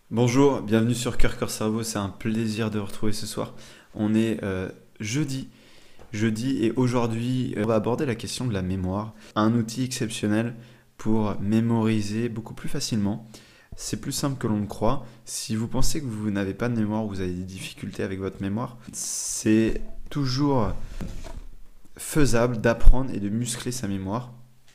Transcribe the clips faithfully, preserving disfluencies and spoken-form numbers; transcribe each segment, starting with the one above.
Bonjour, bienvenue sur Cœur Corps Cerveau, c'est un plaisir de vous retrouver ce soir. On est euh, jeudi, jeudi et aujourd'hui euh, on va aborder la question de la mémoire, un outil exceptionnel pour mémoriser beaucoup plus facilement. C'est plus simple que l'on le croit. Si vous pensez que vous n'avez pas de mémoire ou vous avez des difficultés avec votre mémoire, c'est toujours faisable d'apprendre et de muscler sa mémoire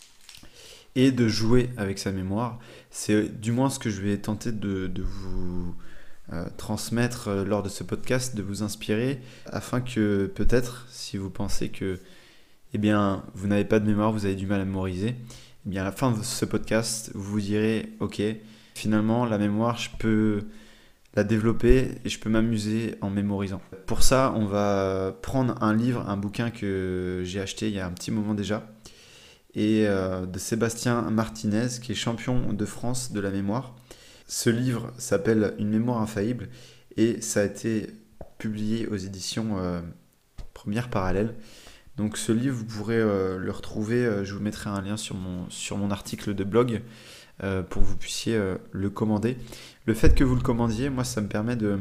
et de jouer avec sa mémoire. C'est du moins ce que je vais tenter de, de vous euh, transmettre euh, lors de ce podcast, de vous inspirer, afin que peut-être, si vous pensez que eh bien, vous n'avez pas de mémoire, vous avez du mal à mémoriser, eh bien, à la fin de ce podcast, vous vous direz, ok, finalement, la mémoire, je peux la développer et je peux m'amuser en mémorisant. Pour ça, on va prendre un livre, un bouquin que j'ai acheté il y a un petit moment déjà, et euh, de Sébastien Martinez, qui est champion de France de la mémoire. Ce livre s'appelle Une mémoire infaillible et ça a été publié aux éditions euh, Première Parallèle. Donc ce livre, vous pourrez euh, le retrouver, euh, je vous mettrai un lien sur mon, sur mon article de blog euh, pour que vous puissiez euh, le commander. Le fait que vous le commandiez, moi ça me permet de,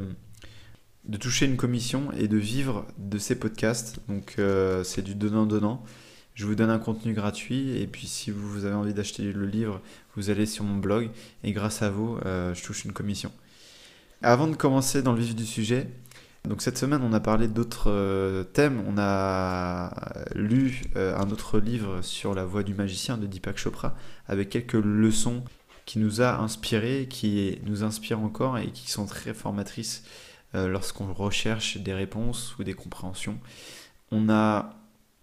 de toucher une commission et de vivre de ces podcasts. Donc euh, c'est du donnant-donnant. Je vous donne un contenu gratuit et puis si vous avez envie d'acheter le livre, vous allez sur mon blog et grâce à vous, euh, je touche une commission. Avant de commencer dans le vif du sujet, donc cette semaine on a parlé d'autres euh, thèmes. On a lu euh, un autre livre sur la voie du magicien de Deepak Chopra avec quelques leçons qui nous a inspirés, qui nous inspirent encore et qui sont très formatrices euh, lorsqu'on recherche des réponses ou des compréhensions. On a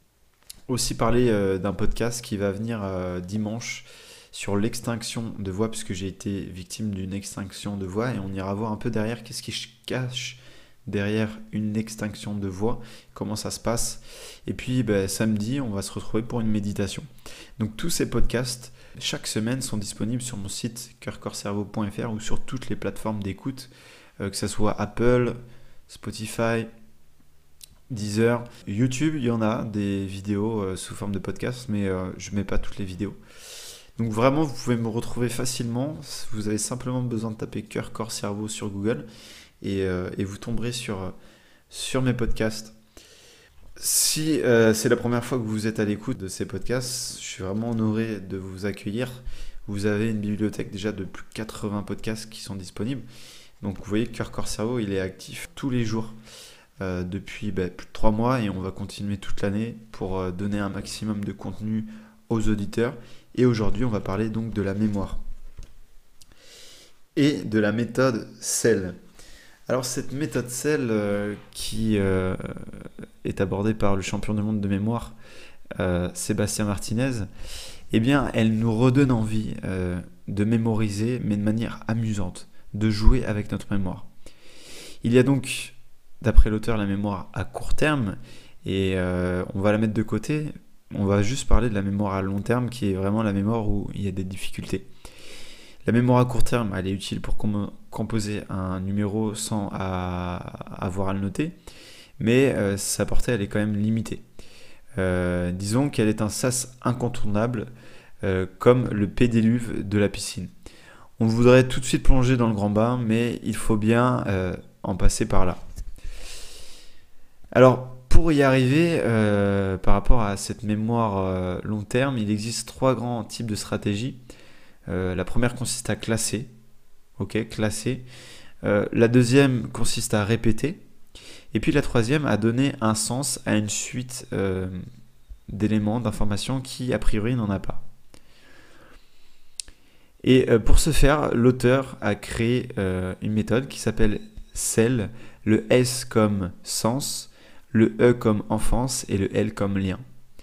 aussi parler euh, d'un podcast qui va venir euh, dimanche sur l'extinction de voix, puisque j'ai été victime d'une extinction de voix, et on ira voir un peu derrière qu'est-ce qui se cache derrière une extinction de voix, comment ça se passe. Et puis bah, samedi, on va se retrouver pour une méditation. Donc tous ces podcasts, chaque semaine, sont disponibles sur mon site cœur corps cerveau point f r ou sur toutes les plateformes d'écoute, euh, que ce soit Apple, Spotify, Deezer, YouTube, il y en a des vidéos euh, sous forme de podcast, mais euh, je ne mets pas toutes les vidéos. Donc vraiment, vous pouvez me retrouver facilement. Vous avez simplement besoin de taper cœur, corps, cerveau sur Google et, euh, et vous tomberez sur, sur mes podcasts. Si euh, c'est la première fois que vous êtes à l'écoute de ces podcasts, je suis vraiment honoré de vous accueillir. Vous avez une bibliothèque déjà de plus de quatre-vingts podcasts qui sont disponibles. Donc vous voyez, cœur, corps, cerveau, il est actif tous les jours. Euh, depuis bah, plus de trois mois et on va continuer toute l'année pour euh, donner un maximum de contenu aux auditeurs. Et aujourd'hui, on va parler donc de la mémoire et de la méthode S E L. Alors cette méthode S E L euh, qui euh, est abordée par le champion du monde de mémoire, euh, Sébastien Martinez, eh bien, elle nous redonne envie euh, de mémoriser, mais de manière amusante, de jouer avec notre mémoire. Il y a donc, d'après l'auteur, la mémoire à court terme, et euh, on va la mettre de côté. On va juste parler de la mémoire à long terme, qui est vraiment la mémoire où il y a des difficultés. La mémoire à court terme, elle est utile pour com- composer un numéro sans à- avoir à le noter, mais euh, sa portée, elle est quand même limitée. Euh, disons qu'elle est un sas incontournable, euh, comme le pédiluve de la piscine. On voudrait tout de suite plonger dans le grand bain, mais il faut bien euh, en passer par là. Alors, pour y arriver, euh, par rapport à cette mémoire euh, long terme, il existe trois grands types de stratégies. Euh, la première consiste à classer. Ok, classer. Euh, la deuxième consiste à répéter. Et puis la troisième, à donner un sens à une suite euh, d'éléments, d'informations qui, a priori, n'en a pas. Et euh, pour ce faire, l'auteur a créé euh, une méthode qui s'appelle S E L, le S comme sens, le E comme enfance et le L comme lien.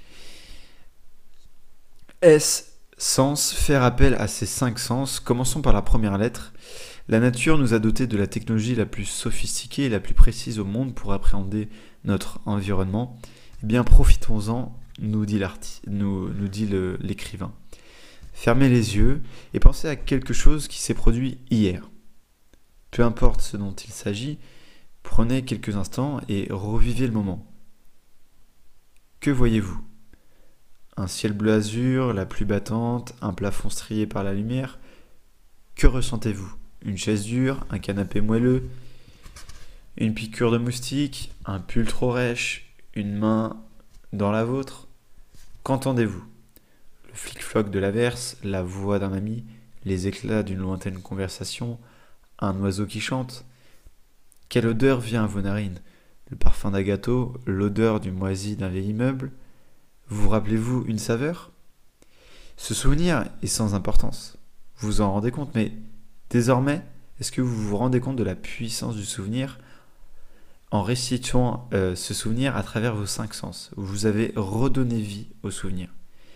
S, sens, faire appel à ces cinq sens. Commençons par la première lettre. La nature nous a doté de la technologie la plus sophistiquée et la plus précise au monde pour appréhender notre environnement. Eh bien, profitons-en, nous dit, nous, nous dit le, l'écrivain. Fermez les yeux et pensez à quelque chose qui s'est produit hier. Peu importe ce dont il s'agit, prenez quelques instants et revivez le moment. Que voyez-vous ? Un ciel bleu azur, la pluie battante, un plafond strié par la lumière. Que ressentez-vous ? une chaise dure, un canapé moelleux, une piqûre de moustique, un pull trop rêche, une main dans la vôtre. Qu'entendez-vous? Le flic-floc de l'averse, la voix d'un ami, les éclats d'une lointaine conversation, un oiseau qui chante. Quelle odeur vient à vos narines? Le parfum d'un gâteau, l'odeur du moisi d'un vieil immeuble? Vous rappelez-vous une saveur? Ce souvenir est sans importance. Vous vous en rendez compte, mais désormais, est-ce que vous vous rendez compte de la puissance du souvenir en restituant euh, ce souvenir à travers vos cinq sens? Vous avez redonné vie au souvenir.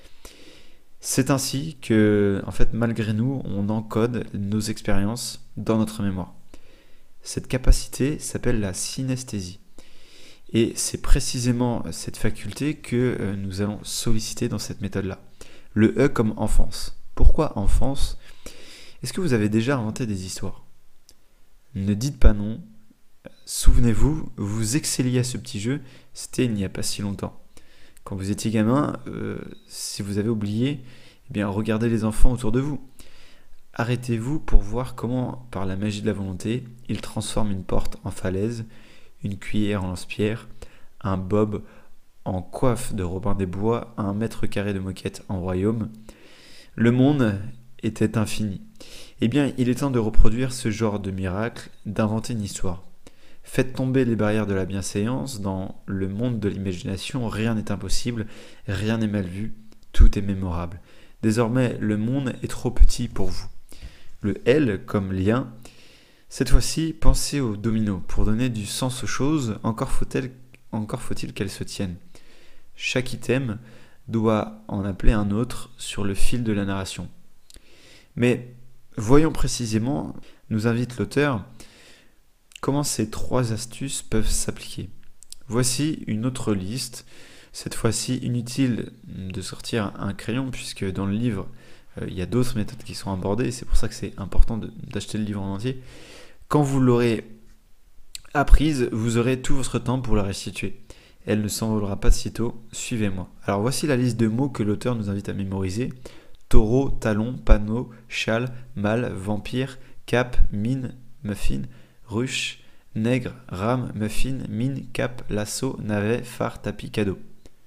C'est ainsi que, en fait, malgré nous, on encode nos expériences dans notre mémoire. Cette capacité s'appelle la synesthésie. Et c'est précisément cette faculté que nous allons solliciter dans cette méthode-là. Le E comme enfance. Pourquoi enfance? Est-ce que vous avez déjà inventé des histoires? Ne dites pas non. Souvenez-vous, vous excelliez à ce petit jeu, c'était il n'y a pas si longtemps. Quand vous étiez gamin, euh, si vous avez oublié, eh bien regardez les enfants autour de vous. Arrêtez-vous pour voir comment, par la magie de la volonté, ils transforment une porte en falaise, une cuillère en lance-pierre, un bob en coiffe de Robin des Bois, un mètre carré de moquette en royaume. Le monde était infini. Eh bien, il est temps de reproduire ce genre de miracle, d'inventer une histoire. Faites tomber les barrières de la bienséance, dans le monde de l'imagination, rien n'est impossible, rien n'est mal vu, tout est mémorable. Désormais, le monde est trop petit pour vous. Le L comme lien, cette fois-ci, pensez au domino. Pour donner du sens aux choses, encore faut-il, encore faut-il qu'elles se tiennent. Chaque item doit en appeler un autre sur le fil de la narration. Mais voyons précisément, nous invite l'auteur, comment ces trois astuces peuvent s'appliquer. Voici une autre liste. Cette fois-ci, inutile de sortir un crayon puisque dans le livre, euh, il y a d'autres méthodes qui sont abordées. C'est pour ça que c'est important de, d'acheter le livre en entier. Quand vous l'aurez apprise, vous aurez tout votre temps pour la restituer. Elle ne s'envolera pas de sitôt. Suivez-moi. Alors voici la liste de mots que l'auteur nous invite à mémoriser. Taureau, talon, panneau, châle, mâle, vampire, cape, mine, muffin, ruche, nègre, rame, muffin, mine, cape, lasso, navet, phare, tapis, cadeau.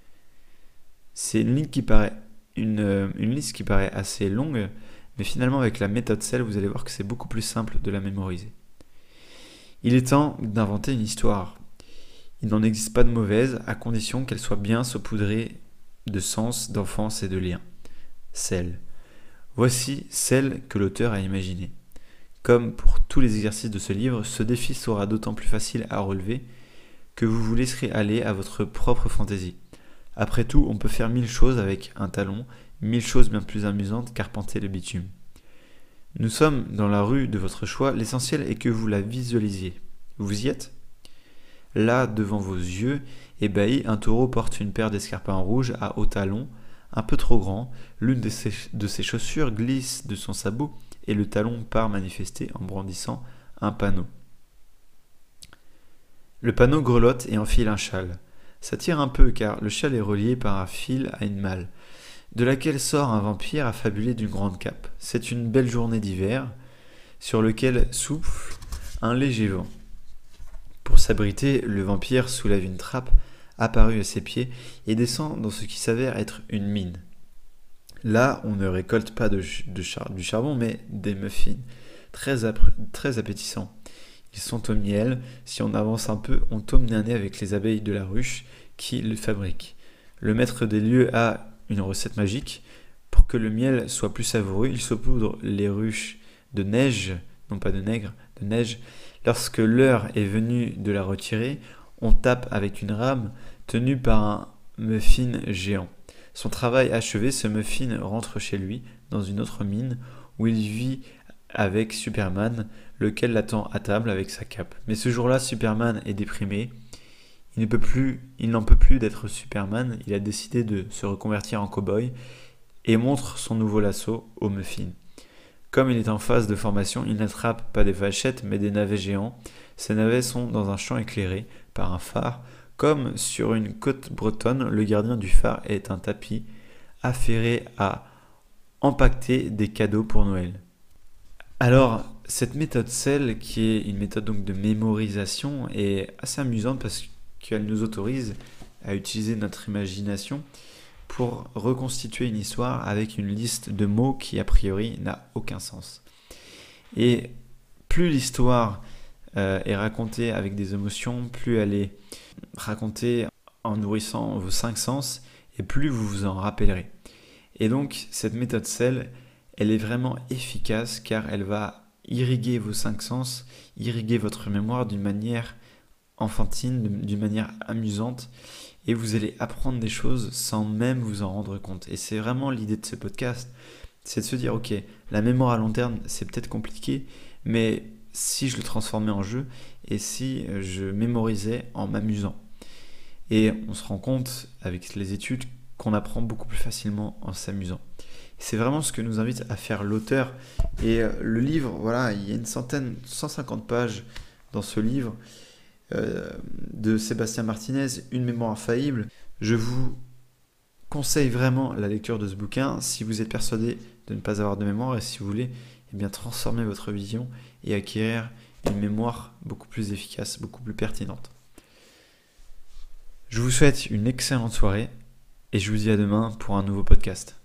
C'est une, ligne qui paraît, une, une liste qui paraît assez longue, mais finalement avec la méthode S E L, vous allez voir que c'est beaucoup plus simple de la mémoriser. Il est temps d'inventer une histoire. Il n'en existe pas de mauvaise, à condition qu'elle soit bien saupoudrée de sens, d'enfance et de liens. Celle. Voici celle que l'auteur a imaginée. Comme pour tous les exercices de ce livre, ce défi sera d'autant plus facile à relever que vous vous laisserez aller à votre propre fantaisie. Après tout, on peut faire mille choses avec un talon, mille choses bien plus amusantes qu'arpenter le bitume. Nous sommes dans la rue de votre choix, l'essentiel est que vous la visualisiez. Vous y êtes? Là, devant vos yeux, ébahis, un taureau porte une paire d'escarpins rouges à hauts talons, un peu trop grands, l'une de ses, de ses chaussures glisse de son sabot et le talon part manifester en brandissant un panneau. Le panneau grelotte et enfile un châle. Ça tire un peu car le châle est relié par un fil à une malle, de laquelle sort un vampire affabulé d'une grande cape. C'est une belle journée d'hiver, sur lequel souffle un léger vent. Pour s'abriter, le vampire soulève une trappe apparue à ses pieds et descend dans ce qui s'avère être une mine. Là, on ne récolte pas de, de char, du charbon, mais des muffins, très, ap- très appétissants. Ils sont au miel. Si on avance un peu, on tombe nez à nez avec les abeilles de la ruche qui le fabriquent. Le maître des lieux a une recette magique. Pour que le miel soit plus savoureux, il saupoudre les ruches de neige, non pas de nègre, de neige. Lorsque l'heure est venue de la retirer, on tape avec une rame tenue par un muffin géant. Son travail achevé, ce muffin rentre chez lui, dans une autre mine, où il vit avec Superman, lequel l'attend à table avec sa cape. Mais ce jour-là, Superman est déprimé. Il ne peut plus, il n'en peut plus d'être Superman. Il a décidé de se reconvertir en cow-boy et montre son nouveau lasso au muffin. Comme il est en phase de formation, il n'attrape pas des vachettes, mais des navets géants. Ces navets sont dans un champ éclairé par un phare. Comme sur une côte bretonne, le gardien du phare est un tapis affairé à empaqueter des cadeaux pour Noël. Alors, Cette méthode S E L, qui est une méthode donc de mémorisation, est assez amusante parce qu'elle nous autorise à utiliser notre imagination pour reconstituer une histoire avec une liste de mots qui a priori n'a aucun sens. Et plus l'histoire euh, est racontée avec des émotions, plus elle est racontée en nourrissant vos cinq sens, et plus vous vous en rappellerez. Et donc cette méthode S E L, elle est vraiment efficace car elle va irriguer vos cinq sens, irriguer votre mémoire d'une manière enfantine, d'une manière amusante, et vous allez apprendre des choses sans même vous en rendre compte. Et c'est vraiment l'idée de ce podcast, c'est de se dire, ok, la mémoire à long terme, c'est peut-être compliqué, mais si je le transformais en jeu, et si je mémorisais en m'amusant. Et on se rend compte, avec les études, qu'on apprend beaucoup plus facilement en s'amusant. C'est vraiment ce que nous invite à faire l'auteur. Et le livre, voilà, il y a une centaine, cent cinquante pages dans ce livre euh, de Sébastien Martinez, Une mémoire infaillible. Je vous conseille vraiment la lecture de ce bouquin si vous êtes persuadé de ne pas avoir de mémoire et si vous voulez eh bien, transformer votre vision et acquérir une mémoire beaucoup plus efficace, beaucoup plus pertinente. Je vous souhaite une excellente soirée et je vous dis à demain pour un nouveau podcast.